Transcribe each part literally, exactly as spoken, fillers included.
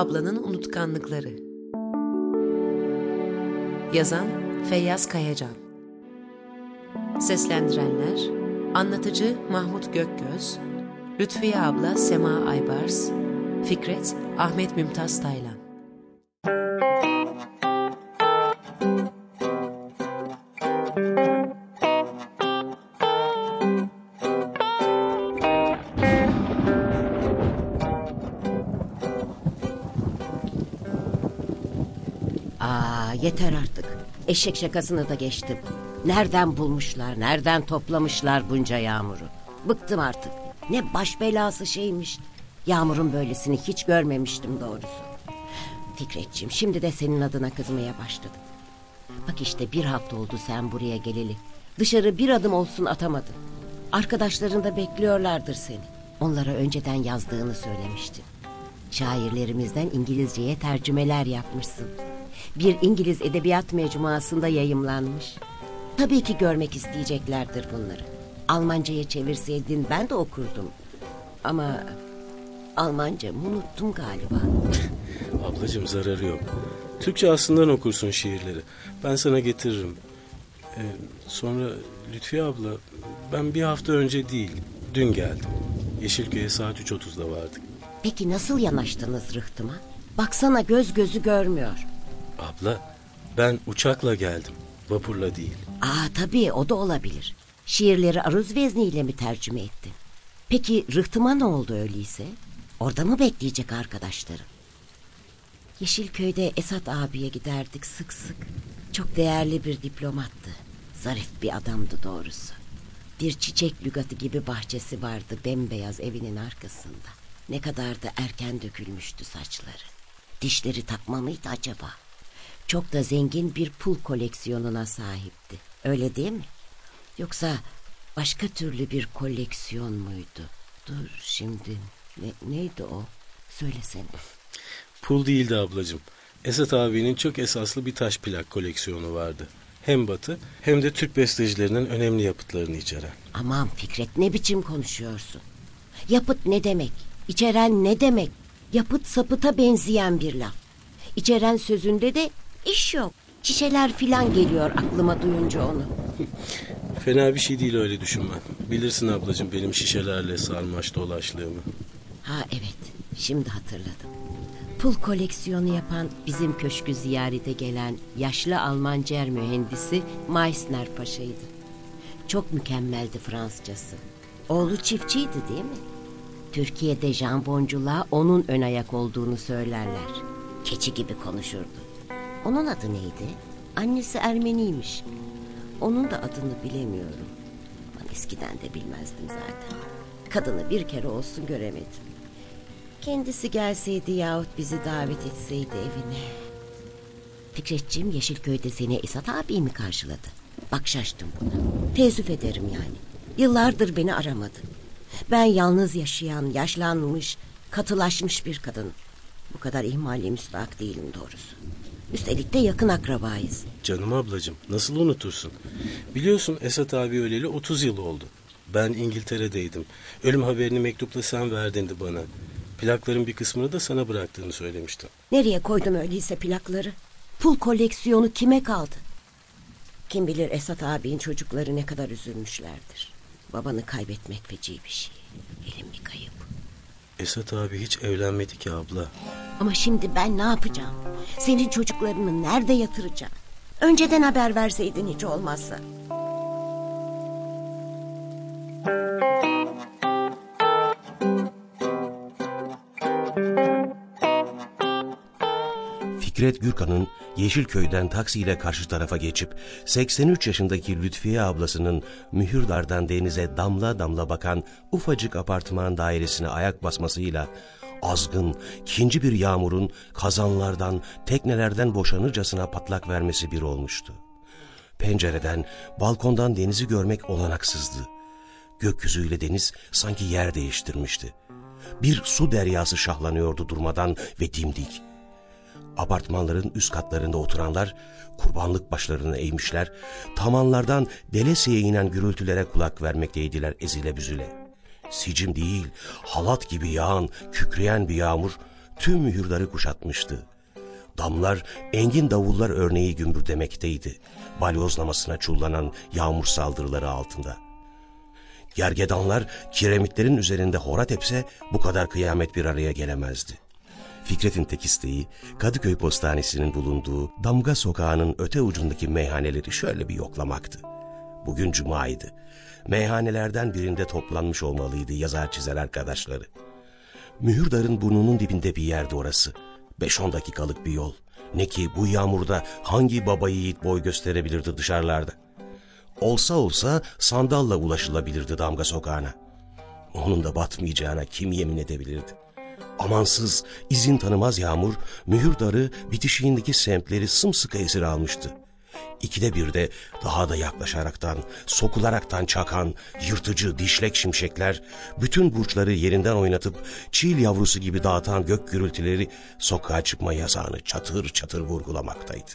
ablanın unutkanlıkları. Yazan Feyyaz Kayacan. Seslendirenler: Anlatıcı Mahmut Gökgöz, Lütfiye abla Sema Aybars, Fikret Ahmet Mümtaz Taylan. Aa, yeter artık. Eşek şakasını da geçtim. Nereden bulmuşlar, nereden toplamışlar bunca yağmuru? Bıktım artık. Ne baş belası şeymiş. Yağmurun böylesini hiç görmemiştim doğrusu. Fikretciğim, şimdi de senin adına kızmaya başladım. Bak işte bir hafta oldu sen buraya geleli. Dışarı bir adım olsun atamadın. Arkadaşların da bekliyorlardır seni. Onlara önceden yazdığını söylemiştin. Şairlerimizden İngilizceye tercümeler yapmışsın. Bir İngiliz edebiyat mecmuasında yayımlanmış. Tabii ki görmek isteyeceklerdir bunları. Almanca'ya çevirseydin ben de okurdum. Ama Almanca'mı unuttum galiba. Ablacığım, zararı yok. Türkçe aslından okursun şiirleri. Ben sana getiririm. Ee, sonra Lütfiye abla, ben bir hafta önce değil, dün geldim. Yeşilköy'e saat üç otuzda vardık. Peki nasıl yanaştınız rıhtıma? Baksana, göz gözü görmüyor. Abla, ben uçakla geldim, vapurla değil. Aa, tabii o da olabilir. Şiirleri aruz vezniyle mi tercüme ettin? Peki rıhtıma ne oldu öyleyse? Orada mı bekleyecek arkadaşlarım? Yeşilköy'de Esat abiye giderdik sık sık. Çok değerli bir diplomattı. Zarif bir adamdı doğrusu. Bir çiçek lügatı gibi bahçesi vardı bembeyaz evinin arkasında. Ne kadar da erken dökülmüştü saçları. Dişleri takma mıydı acaba? Çok da zengin bir pul koleksiyonuna sahipti. Öyle değil mi? Yoksa başka türlü bir koleksiyon muydu? Dur şimdi, ne, neydi o? Söylesene. Pul değildi ablacığım. Esat abinin çok esaslı bir taş plak koleksiyonu vardı. Hem Batı hem de Türk bestecilerinin önemli yapıtlarını içeren. Aman Fikret, ne biçim konuşuyorsun? Yapıt ne demek? İçeren ne demek? Yapıt sapıta benzeyen bir laf. İçeren sözünde de iş yok. Şişeler filan geliyor aklıma duyunca onu. Fena bir şey değil öyle düşünmen. Bilirsin ablacığım benim şişelerle sarmaş dolaşlığımı. Ha evet, şimdi hatırladım. Pul koleksiyonu yapan, bizim köşkü ziyarete gelen yaşlı Almancer mühendisi Meissner Paşa'ydı. Çok mükemmeldi Fransızcası. Oğlu çiftçiydi değil mi? Türkiye'de jamboncular onun ön ayak olduğunu söylerler. Keçi gibi konuşurdu. Onun adı neydi? Annesi Ermeniymiş. Onun da adını bilemiyorum. Ama eskiden de bilmezdim zaten. Kadını bir kere olsun göremedim. Kendisi gelseydi yahut bizi davet etseydi evine. Fikretciğim, Yeşilköy'de seni Esat abi mi karşıladı? Bak şaştım buna. Teessüf ederim yani. Yıllardır beni aramadı. Ben yalnız yaşayan, yaşlanmış, katılaşmış bir kadın. Bu kadar ihmali müstahak değilim doğrusu. Üstelik de yakın akrabayız. Canım ablacığım, nasıl unutursun? Biliyorsun Esat abi öleli otuz yıl oldu. Ben İngiltere'deydim. Ölüm haberini mektupla sen verdindi bana. Plakların bir kısmını da sana bıraktığını söylemiştim. Nereye koydum öyleyse plakları? Pul koleksiyonu kime kaldı? Kim bilir Esat abinin çocukları ne kadar üzülmüşlerdir. Babanı kaybetmek feci bir şey. Elim bir kayıp. Esat abi hiç evlenmedi ki abla. Ama şimdi ben ne yapacağım? Senin çocuklarını nerede yatıracağım? Önceden haber verseydin hiç olmazsa. Fikret Gürkan'ın Yeşilköy'den taksiyle karşı tarafa geçip seksen üç yaşındaki Lütfiye ablasının Mühürdar'dan denize damla damla bakan ufacık apartman dairesine ayak basmasıyla azgın, ikinci bir yağmurun kazanlardan, teknelerden boşanırcasına patlak vermesi bir olmuştu. Pencereden, balkondan denizi görmek olanaksızdı. Gökyüzüyle deniz sanki yer değiştirmişti. Bir su deryası şahlanıyordu durmadan ve dimdik. Apartmanların üst katlarında oturanlar kurbanlık başlarını eğmişler, tavanlardan delesiye inen gürültülere kulak vermekteydiler ezile büzüle. Sicim değil, halat gibi yağan, kükreyen bir yağmur tüm mühürleri kuşatmıştı. Damlar engin davullar örneği gümbürdemekteydi, balyozlamasına çullanan yağmur saldırıları altında. Gergedanlar kiremitlerin üzerinde hora tepse bu kadar kıyamet bir araya gelemezdi. Fikret'in tek isteği Kadıköy Postanesi'nin bulunduğu Damga Sokağı'nın öte ucundaki meyhaneleri şöyle bir yoklamaktı. Bugün cumaydı. Meyhanelerden birinde toplanmış olmalıydı yazar çizer arkadaşları. Mühürdar'ın burnunun dibinde bir yerde orası. Beş on dakikalık bir yol. Ne ki bu yağmurda hangi baba yiğit boy gösterebilirdi dışarılarda? Olsa olsa sandalla ulaşılabilirdi Damga Sokağı'na. Onun da batmayacağına kim yemin edebilirdi? Amansız, izin tanımaz yağmur, Mühürdar'ı bitişiğindeki semtleri sımsıkı esir almıştı. İkide bir de daha da yaklaşaraktan, sokularaktan çakan, yırtıcı dişlek şimşekler, bütün burçları yerinden oynatıp çiğil yavrusu gibi dağıtan gök gürültüleri sokağa çıkma yasağını çatır çatır vurgulamaktaydı.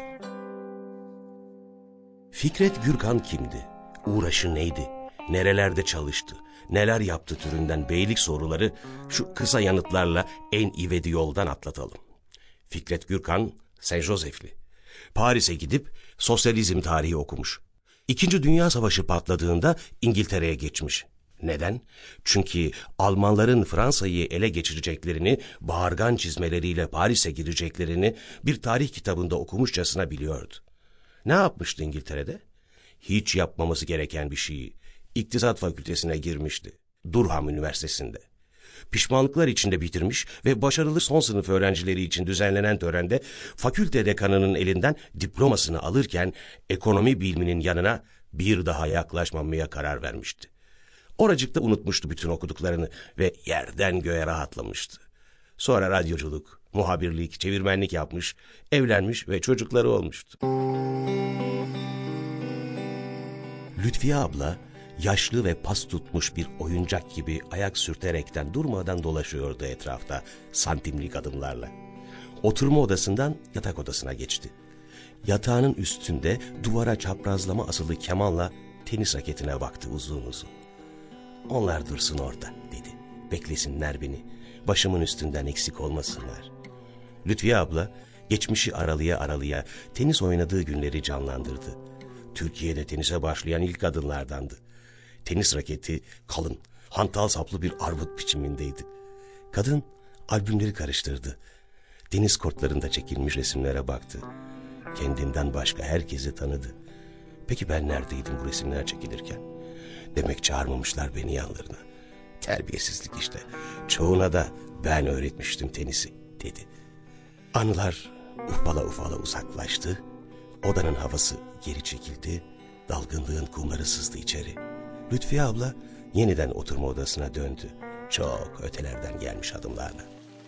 Fikret Gürkan kimdi? Uğraşı neydi? Nerelerde çalıştı? Neler yaptı türünden beylik soruları şu kısa yanıtlarla en ivedi yoldan atlatalım. Fikret Gürkan, Saint Joseph'li. Paris'e gidip sosyalizm tarihi okumuş. İkinci Dünya Savaşı patladığında İngiltere'ye geçmiş. Neden? Çünkü Almanların Fransa'yı ele geçireceklerini, bağırgan çizmeleriyle Paris'e gireceklerini bir tarih kitabında okumuşçasına biliyordu. Ne yapmıştı İngiltere'de? Hiç yapmaması gereken bir şeyi. İktisat Fakültesine girmişti. Durham Üniversitesi'nde. Pişmanlıklar içinde bitirmiş ve başarılı son sınıf öğrencileri için düzenlenen törende fakülte dekanının elinden diplomasını alırken ekonomi biliminin yanına bir daha yaklaşmamaya karar vermişti. Oracıkta unutmuştu bütün okuduklarını ve yerden göğe rahatlamıştı. Sonra radyoculuk, muhabirlik, çevirmenlik yapmış, evlenmiş ve çocukları olmuştu. Lütfiye abla yaşlı ve pas tutmuş bir oyuncak gibi ayak sürterekten durmadan dolaşıyordu etrafta santimlik adımlarla. Oturma odasından yatak odasına geçti. Yatağının üstünde duvara çaprazlama asılı kemanla tenis raketine baktı uzun uzun. Onlar dursun orada dedi. Beklesinler beni. Başımın üstünden eksik olmasınlar. Lütfiye abla geçmişi aralıya aralıya tenis oynadığı günleri canlandırdı. Türkiye'de tenise başlayan ilk kadınlardandı. Tenis raketi kalın, hantal saplı bir armut biçimindeydi. Kadın albümleri karıştırdı. Deniz kortlarında çekilmiş resimlere baktı. Kendinden başka herkesi tanıdı. Peki ben neredeydim bu resimler çekilirken? Demek çağırmamışlar beni yanlarına. Terbiyesizlik işte. Çoğuna da ben öğretmiştim tenisi dedi. Anılar ufala ufala uzaklaştı. Odanın havası geri çekildi. Dalgınlığın kumları sızdı içeri. Lütfiye abla yeniden oturma odasına döndü. Çok ötelerden gelmiş adımlarla.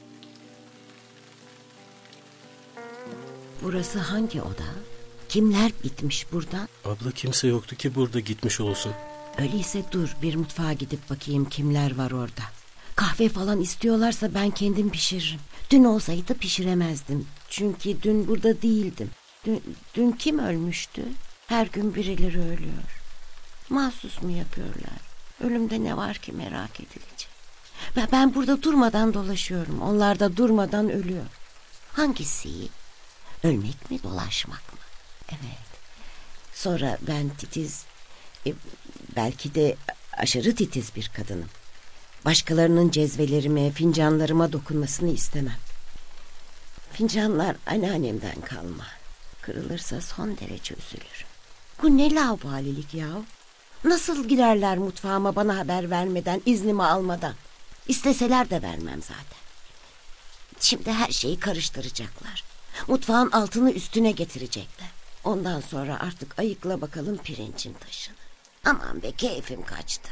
Burası hangi oda? Kimler gitmiş buradan? Abla kimse yoktu ki burada gitmiş olsun. Öyleyse dur bir mutfağa gidip bakayım kimler var orada. Kahve falan istiyorlarsa ben kendim pişiririm. Dün olsaydı pişiremezdim. Çünkü dün burada değildim. Dün, dün kim ölmüştü? Her gün birileri ölüyor. Mahsus mu yapıyorlar? Ölümde ne var ki merak edilecek? Ben, ben burada durmadan dolaşıyorum. Onlar da durmadan ölüyor. Hangisi iyi? Ölmek mi dolaşmak mı? Evet. Sonra ben titiz, e, belki de aşırı titiz bir kadınım. Başkalarının cezvelerime, fincanlarıma dokunmasını istemem. Fincanlar anneannemden kalma. Kırılırsa son derece üzülürüm. Bu ne laubalilik ya? Nasıl girerler mutfağıma bana haber vermeden, iznimi almadan? İsteseler de vermem zaten. Şimdi her şeyi karıştıracaklar. Mutfağın altını üstüne getirecekler. Ondan sonra artık ayıkla bakalım pirincin taşını. Aman be keyfim kaçtı.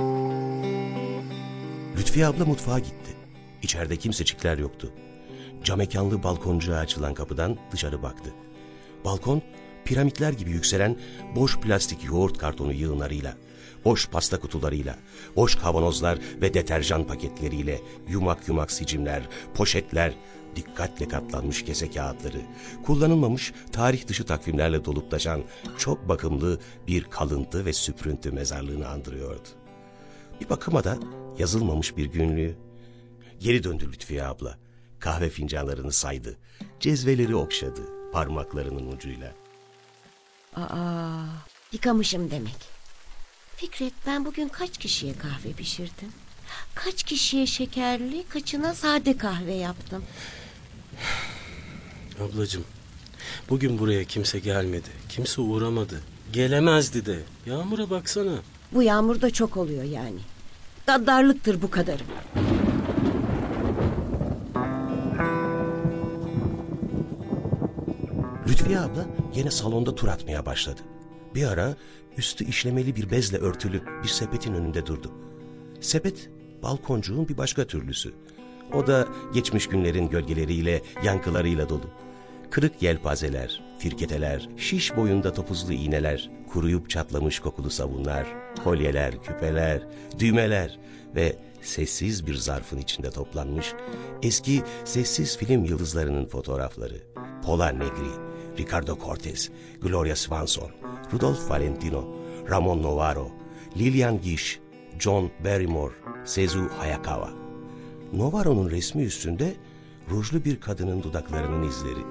Lütfiye abla mutfağa gitti. İçeride kimsecikler yoktu. Camekanlı balkoncuğa açılan kapıdan dışarı baktı. Balkon piramitler gibi yükselen boş plastik yoğurt kartonu yığınlarıyla, boş pasta kutularıyla, boş kavanozlar ve deterjan paketleriyle, yumak yumak sicimler, poşetler, dikkatle katlanmış kese kağıtları, kullanılmamış tarih dışı takvimlerle dolup taşan çok bakımlı bir kalıntı ve süprüntü mezarlığını andırıyordu. Bir bakıma da yazılmamış bir günlüğü. Geri döndü Lütfiye abla. Kahve fincanlarını saydı. Cezveleri okşadı parmaklarının ucuyla. Aa, yıkamışım demek. Fikret, ben bugün kaç kişiye kahve pişirdim? Kaç kişiye şekerli, kaçına sade kahve yaptım? Ablacığım, bugün buraya kimse gelmedi. Kimse uğramadı. Gelemezdi de. Yağmur'a baksana. Bu yağmur da çok oluyor yani. Gaddarlıktır bu kadarı. Lütfiye abla yine salonda tur atmaya başladı. Bir ara üstü işlemeli bir bezle örtülü bir sepetin önünde durdu. Sepet balkoncuğun bir başka türlüsü. O da geçmiş günlerin gölgeleriyle, yankılarıyla dolu. Kırık yelpazeler, firketeler, şiş boyunda topuzlu iğneler, kuruyup çatlamış kokulu sabunlar, kolyeler, küpeler, düğmeler ve sessiz bir zarfın içinde toplanmış eski sessiz film yıldızlarının fotoğrafları. Paula Negri, Ricardo Cortez, Gloria Swanson, Rudolph Valentino, Ramon Novarro, Lillian Gish, John Barrymore, Sezu Hayakawa. Novarro'nun resmi üstünde rujlu bir kadının dudaklarının izleri.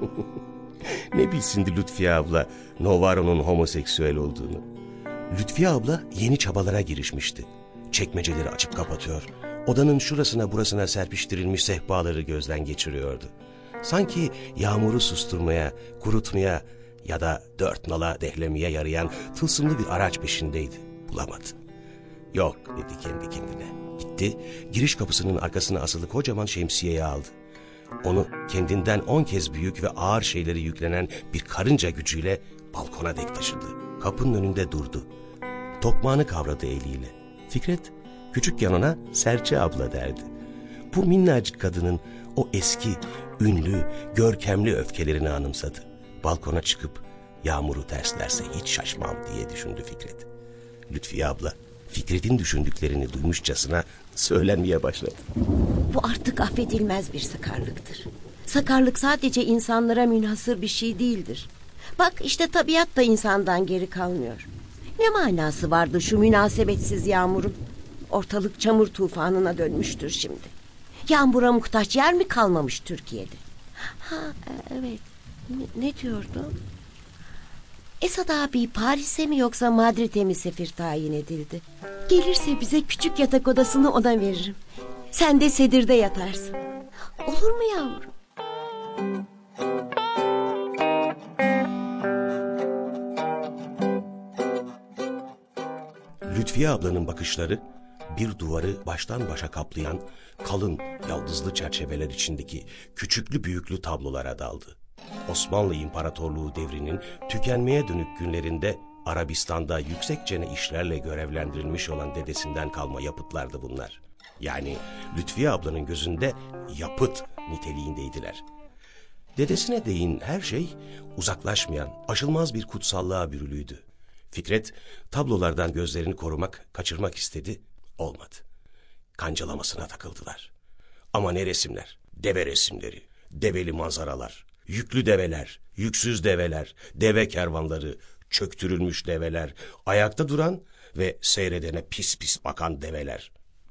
Ne bilsindi Lütfiye abla Novarro'nun homoseksüel olduğunu. Lütfiye abla yeni çabalara girişmişti. Çekmeceleri açıp kapatıyor, odanın şurasına burasına serpiştirilmiş sehpaları gözden geçiriyordu. Sanki yağmuru susturmaya, kurutmaya ya da dört nala dehlemeye yarayan tılsımlı bir araç peşindeydi. Bulamadı. Yok dedi kendi kendine. Gitti, giriş kapısının arkasına asılı kocaman şemsiyeyi aldı. Onu kendinden on kez büyük ve ağır şeyleri yüklenen bir karınca gücüyle balkona dek taşıdı. Kapının önünde durdu. Tokmağını kavradı eliyle. Fikret küçükken ona Serçe abla derdi. Bu minnacık kadının o eski, ünlü, görkemli öfkelerini anımsadı. Balkona çıkıp yağmuru terslerse hiç şaşmam diye düşündü Fikret. Lütfiye abla Fikret'in düşündüklerini duymuşçasına söylenmeye başladı. Bu artık affedilmez bir sakarlıktır. Sakarlık sadece insanlara münhasır bir şey değildir. Bak işte tabiat da insandan geri kalmıyor. Ne manası vardı şu münasebetsiz yağmurun? Ortalık çamur tufanına dönmüştür şimdi. Yağmura muhtaç yer mi kalmamış Türkiye'de? Ha evet. Ne, ne diyordum? Esad abi Paris'e mi yoksa Madrid'e mi sefir tayin edildi? Gelirse bize küçük yatak odasını ona veririm. Sen de sedirde yatarsın. Olur mu yavrum? Lütfiye ablanın bakışları bir duvarı baştan başa kaplayan kalın yaldızlı çerçeveler içindeki küçüklü büyüklü tablolara daldı. Osmanlı İmparatorluğu devrinin tükenmeye dönük günlerinde Arabistan'da yüksekçene işlerle görevlendirilmiş olan dedesinden kalma yapıtlardı bunlar. Yani Lütfiye ablanın gözünde yapıt niteliğindeydiler. Dedesine değin her şey uzaklaşmayan, aşılmaz bir kutsallığa bürülüydü. Fikret tablolardan gözlerini korumak, kaçırmak istedi, olmadı. Kancalamasına takıldılar. Ama ne resimler, deve resimleri, develi manzaralar, yüklü develer, yüksüz develer, deve kervanları, çöktürülmüş develer, ayakta duran ve seyredene pis pis bakan develer.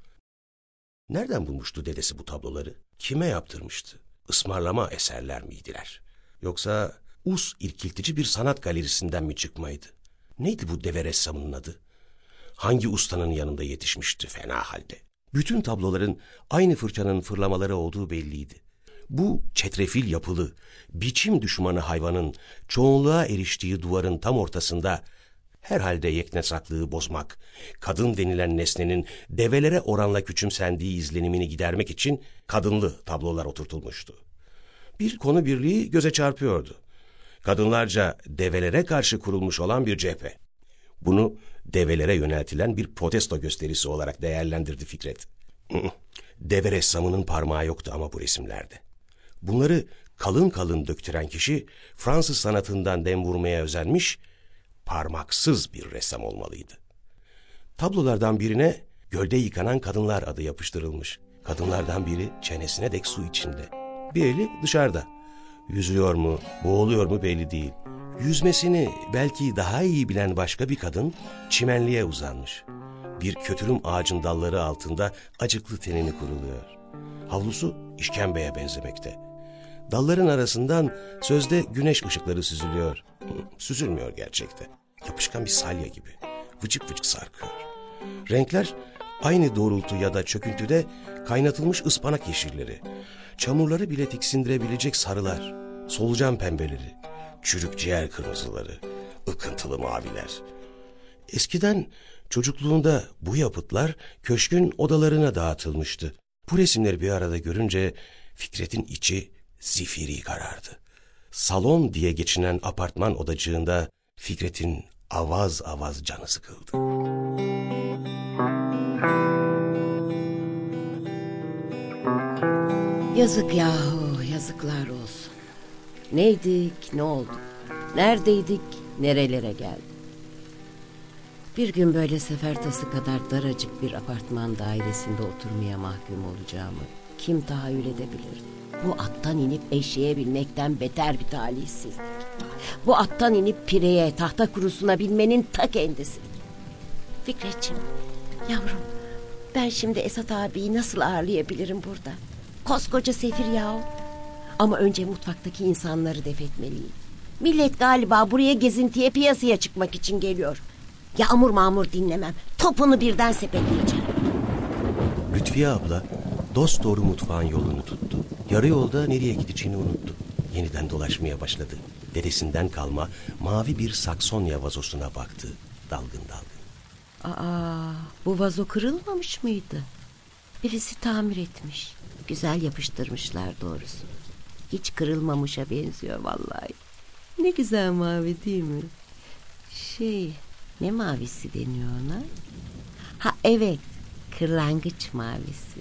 Nereden bulmuştu dedesi bu tabloları? Kime yaptırmıştı? Ismarlama eserler miydiler? Yoksa us irkiltici bir sanat galerisinden mi çıkmaydı? Neydi bu deve ressamının adı? Hangi ustanın yanında yetişmişti fena halde? Bütün tabloların aynı fırçanın fırlamaları olduğu belliydi. Bu çetrefil yapılı, biçim düşmanı hayvanın çoğunluğa eriştiği duvarın tam ortasında herhalde yeknesaklığı bozmak, kadın denilen nesnenin develere oranla küçümsendiği izlenimini gidermek için kadınlı tablolar oturtulmuştu. Bir konu birliği göze çarpıyordu. Kadınlarca develere karşı kurulmuş olan bir cephe. Bunu develere yöneltilen bir protesto gösterisi olarak değerlendirdi Fikret. Deve ressamının parmağı yoktu ama bu resimlerde. Bunları kalın kalın döktüren kişi Fransız sanatından dem vurmaya özenmiş, parmaksız bir ressam olmalıydı. Tablolardan birine gölde yıkanan kadınlar adı yapıştırılmış. Kadınlardan biri çenesine dek su içinde. Bir eli dışarıda. Yüzüyor mu, boğuluyor mu belli değil. Yüzmesini belki daha iyi bilen başka bir kadın çimenliğe uzanmış. Bir kötürüm ağacın dalları altında acıklı tenini kuruluyor. Havlusu işkembeye benzemekte. Dalların arasından sözde güneş ışıkları süzülüyor. Hı, süzülmüyor gerçekte. Yapışkan bir salya gibi. Vıcık vıcık sarkıyor. Renkler aynı doğrultu ya da çöküntüde kaynatılmış ıspanak yeşilleri. Çamurları bile tiksindirebilecek sarılar. Solucan pembeleri. Çürük ciğer kırmızıları. Ikıntılı maviler. Eskiden çocukluğunda bu yapıtlar köşkün odalarına dağıtılmıştı. Bu resimleri bir arada görünce Fikret'in içi zifiri karardı. Salon diye geçinen apartman odacığında Fikret'in avaz avaz canı sıkıldı. Yazık yahu, yazıklar olsun. Neydik, ne olduk? Neredeydik, nerelere geldik? Bir gün böyle sefertası kadar daracık bir apartman dairesinde oturmaya mahkum olacağımı kim tahayyül edebilir? Bu attan inip eşeğe binmekten beter bir talihsizlik. Bu attan inip pireye, tahta kurusuna binmenin ta kendisi. Fikretciğim, yavrum, ben şimdi Esat abiyi nasıl ağırlayabilirim burada? Koskoca sefir yahu. Ama önce mutfaktaki insanları def etmeliyim. Millet galiba buraya gezintiye, piyasaya çıkmak için geliyor. Yağmur mağmur dinlemem. Topunu birden sepetleyeceğim. Lütfiye abla dosdoğru mutfağın yolunu tuttu. Yarı yolda nereye gideceğini unuttu. Yeniden dolaşmaya başladı. Dedesinden kalma mavi bir saksonya vazosuna baktı. Dalgın dalgın. Aa, bu vazo kırılmamış mıydı? Birisi tamir etmiş. Güzel yapıştırmışlar doğrusu. Hiç kırılmamışa benziyor vallahi. Ne güzel mavi değil mi? Şey, ne mavisi deniyor ona? Ha evet, kırlangıç mavisi.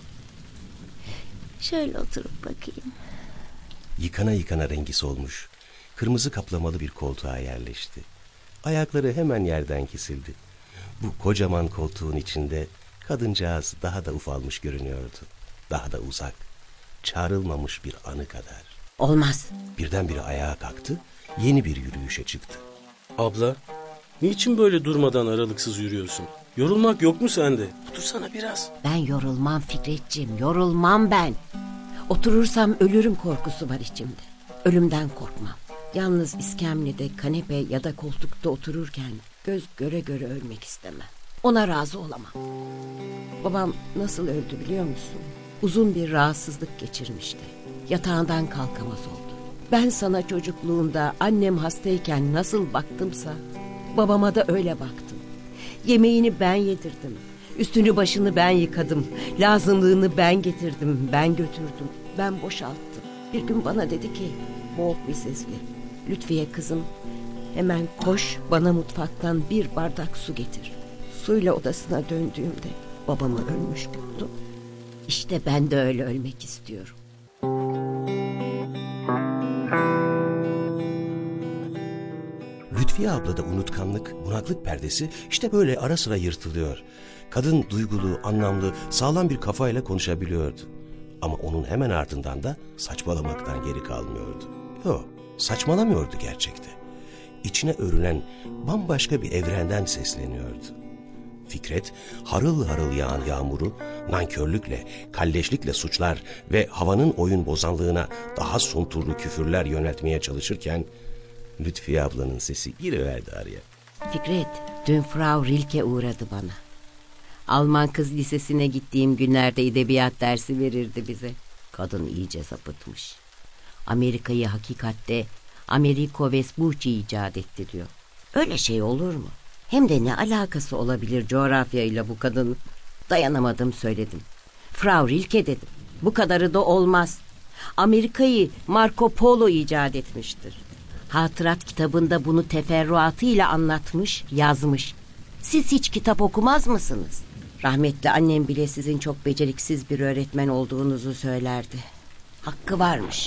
Şöyle oturup bakayım. Yıkana yıkana rengi solmuş. Kırmızı kaplamalı bir koltuğa yerleşti. Ayakları hemen yerden kesildi. Bu kocaman koltuğun içinde kadıncağız daha da ufalmış görünüyordu. Daha da uzak, çağrılmamış bir anı kadar. Olmaz. Birdenbire ayağa kalktı, yeni bir yürüyüşe çıktı. Abla, niçin böyle durmadan aralıksız yürüyorsun? Yorulmak yok mu sende? Otursana biraz. Ben yorulmam Fikretciğim, yorulmam ben. Oturursam ölürüm korkusu var içimde. Ölümden korkmam. Yalnız iskemlede, kanepe ya da koltukta otururken göz göre göre ölmek istemem. Ona razı olamam. Babam nasıl öldü biliyor musun? Uzun bir rahatsızlık geçirmişti. Yatağından kalkamaz oldu. Ben sana çocukluğunda annem hastayken nasıl baktımsa babama da öyle baktım. Yemeğini ben yedirdim. Üstünü başını ben yıkadım. Lazımlığını ben getirdim. Ben götürdüm. Ben boşalttım. Bir gün bana dedi ki boğuk bir sesle, Lütfiye kızım, hemen koş bana mutfaktan bir bardak su getir. Suyla odasına döndüğümde babamı ölmüş buldum. İşte ben de öyle ölmek istiyorum. Lütfiye ablada unutkanlık, bunaklık perdesi işte böyle ara sıra yırtılıyor. Kadın duygulu, anlamlı, sağlam bir kafayla konuşabiliyordu. Ama onun hemen ardından da saçmalamaktan geri kalmıyordu. Yok, saçmalamıyordu gerçekte. İçine örülen bambaşka bir evrenden sesleniyordu. Fikret, harıl harıl yağan yağmuru nankörlükle, kalleşlikle suçlar ve havanın oyun bozanlığına daha sunturlu küfürler yöneltmeye çalışırken Lütfiye ablanın sesi giriverdi araya. Fikret, dün Frau Rilke uğradı bana. Alman kız lisesine gittiğim günlerde edebiyat dersi verirdi bize. Kadın iyice sapıtmış. Amerika'yı hakikatte Americo Vespucci icat etti diyor. Öyle şey olur mu? Hem de ne alakası olabilir coğrafyayla bu kadın? Dayanamadım söyledim. Frau Rilke dedim. Bu kadarı da olmaz. Amerika'yı Marco Polo icat etmiştir. Hatırat kitabında bunu teferruatıyla anlatmış, yazmış. Siz hiç kitap okumaz mısınız? Rahmetli annem bile sizin çok beceriksiz bir öğretmen olduğunuzu söylerdi. Hakkı varmış.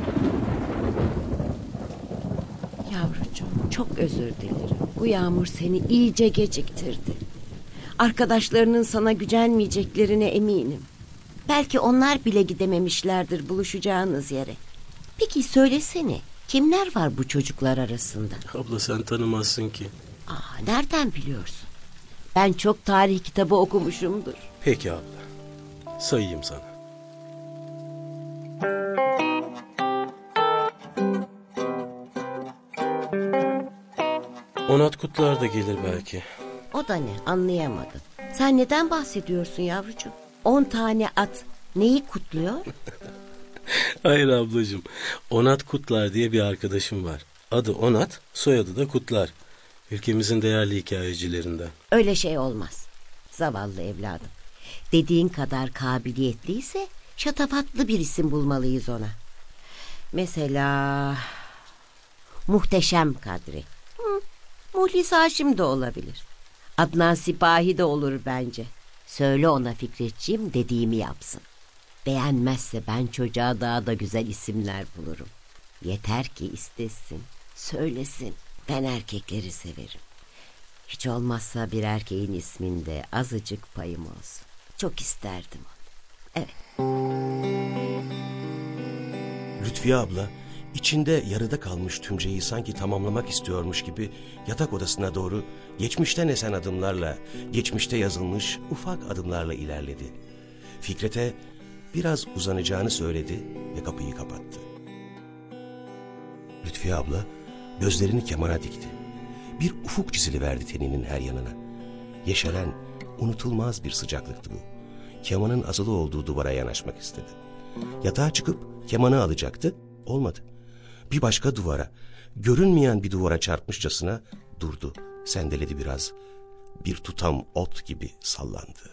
Yavrucuğum, çok özür dilerim. Bu yağmur seni iyice geciktirdi. Arkadaşlarının sana gücenmeyeceklerine eminim. Belki onlar bile gidememişlerdir buluşacağınız yere. Peki söylesene, kimler var bu çocuklar arasında? Abla sen tanımazsın ki. Aa, nereden biliyorsun? Ben çok tarih kitabı okumuşumdur. Peki abla. Sayayım sana. Onat Kutlar da gelir belki. O da ne, anlayamadım. Sen neden bahsediyorsun yavrucuğum? On tane at neyi kutluyor? Hayır ablacığım. Onat Kutlar diye bir arkadaşım var. Adı Onat, soyadı da Kutlar. Ülkemizin değerli hikayecilerinden. Öyle şey olmaz. Zavallı evladım. Dediğin kadar kabiliyetliyse şatafatlı bir isim bulmalıyız ona. Mesela Muhteşem Kadri. Hı, Muhlis Haşim de olabilir. Adnan Sipahi de olur bence. Söyle ona Fikretciğim, dediğimi yapsın. Beğenmezse ben çocuğa daha da güzel isimler bulurum. Yeter ki istesin, söylesin. Ben erkekleri severim. Hiç olmazsa bir erkeğin isminde azıcık payım olsun. Çok isterdim onu. Evet. Lütfiye abla içinde yarıda kalmış tümceyi sanki tamamlamak istiyormuş gibi yatak odasına doğru geçmişten esen adımlarla, geçmişte yazılmış ufak adımlarla ilerledi. Fikret'e biraz uzanacağını söyledi ve kapıyı kapattı. Lütfiye abla gözlerini kemana dikti. Bir ufuk çiziliverdi teninin her yanına. Yeşeren, unutulmaz bir sıcaklıktı bu. Kemanın asılı olduğu duvara yanaşmak istedi. Yatağa çıkıp kemanı alacaktı, olmadı. Bir başka duvara, görünmeyen bir duvara çarpmışçasına durdu, sendeledi biraz. Bir tutam ot gibi sallandı.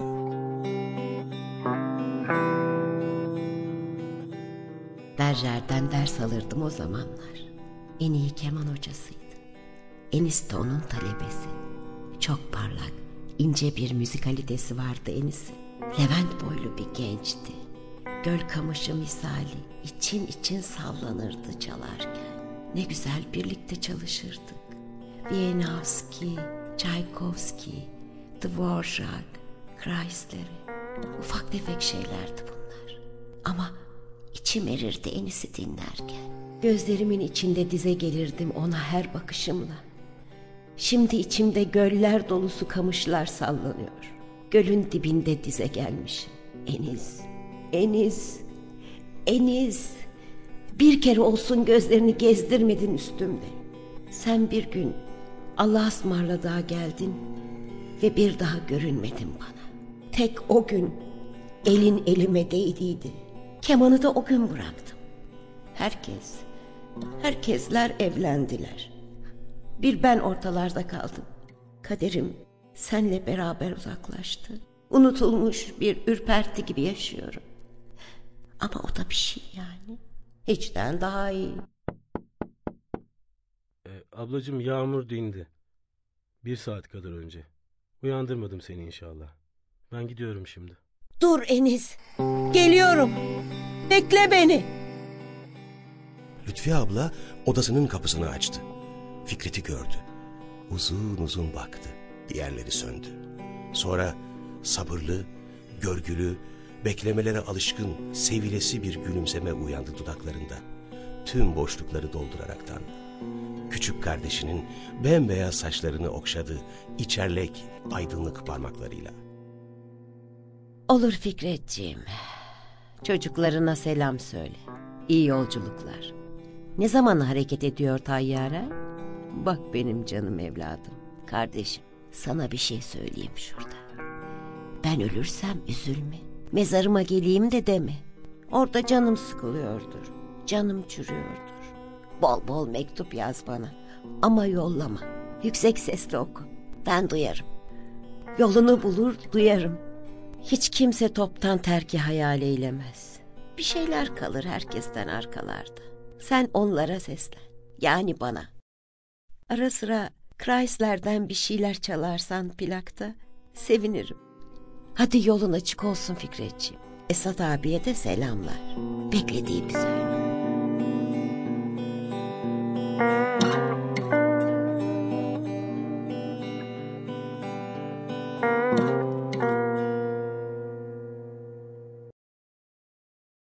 Berjer'den ders alırdım o zamanlar. En iyi keman hocasıydı. Enis de onun talebesi. Çok parlak, ince bir müzikalitesi vardı Enis'in. Levent boylu bir gençti. Göl kamışı misali için için sallanırdı çalarken. Ne güzel birlikte çalışırdık. Wieniawski, Tchaikovsky, Dvorak, Kreisler'i. Ufak tefek şeylerdi bunlar. Ama içim erirdi Enis'i dinlerken. Gözlerimin içinde dize gelirdim ona her bakışımla. Şimdi içimde göller dolusu kamışlar sallanıyor. Gölün dibinde dize gelmişim. Enis, Enis, Enis. Bir kere olsun gözlerini gezdirmedin üstümde. Sen bir gün Allah'a ısmarladığa geldin ve bir daha görünmedin bana. Tek o gün elin elime değdiydi. Kemanı da o gün bıraktım. Herkes, herkesler evlendiler. Bir ben ortalarda kaldım. Kaderim senle beraber uzaklaştı. Unutulmuş bir ürperti gibi yaşıyorum. Ama o da bir şey yani. Hiçten daha iyi. Ee, ablacığım yağmur dindi. Bir saat kadar önce. Uyandırmadım seni inşallah. Ben gidiyorum şimdi. Dur Enis. Geliyorum. Bekle beni. Lütfiye abla odasının kapısını açtı. Fikret'i gördü. Uzun uzun baktı. Diğerleri söndü. Sonra sabırlı, görgülü, beklemelere alışkın, sevilesi bir gülümseme uyandı dudaklarında. Tüm boşlukları dolduraraktan. Küçük kardeşinin bembeyaz saçlarını okşadı, içerlek, aydınlık parmaklarıyla. Olur Fikretciğim. Çocuklarına selam söyle. İyi yolculuklar. Ne zaman hareket ediyor tayyare? Bak benim canım evladım, kardeşim. Sana bir şey söyleyeyim şurada. Ben ölürsem üzülme. Mezarıma geleyim de deme. Orada canım sıkılıyordur. Canım çürüyordur. Bol bol mektup yaz bana. Ama yollama. Yüksek sesle oku. Ben duyarım. Yolunu bulur duyarım. Hiç kimse toptan terki hayal eylemez. Bir şeyler kalır herkesten arkalarda. Sen onlara seslen. Yani bana. Ara sıra Kreisler'den bir şeyler çalarsan plakta sevinirim. Hadi yolun açık olsun Fikretciğim. Esat abiye de selamlar. Beklediğimi söyle.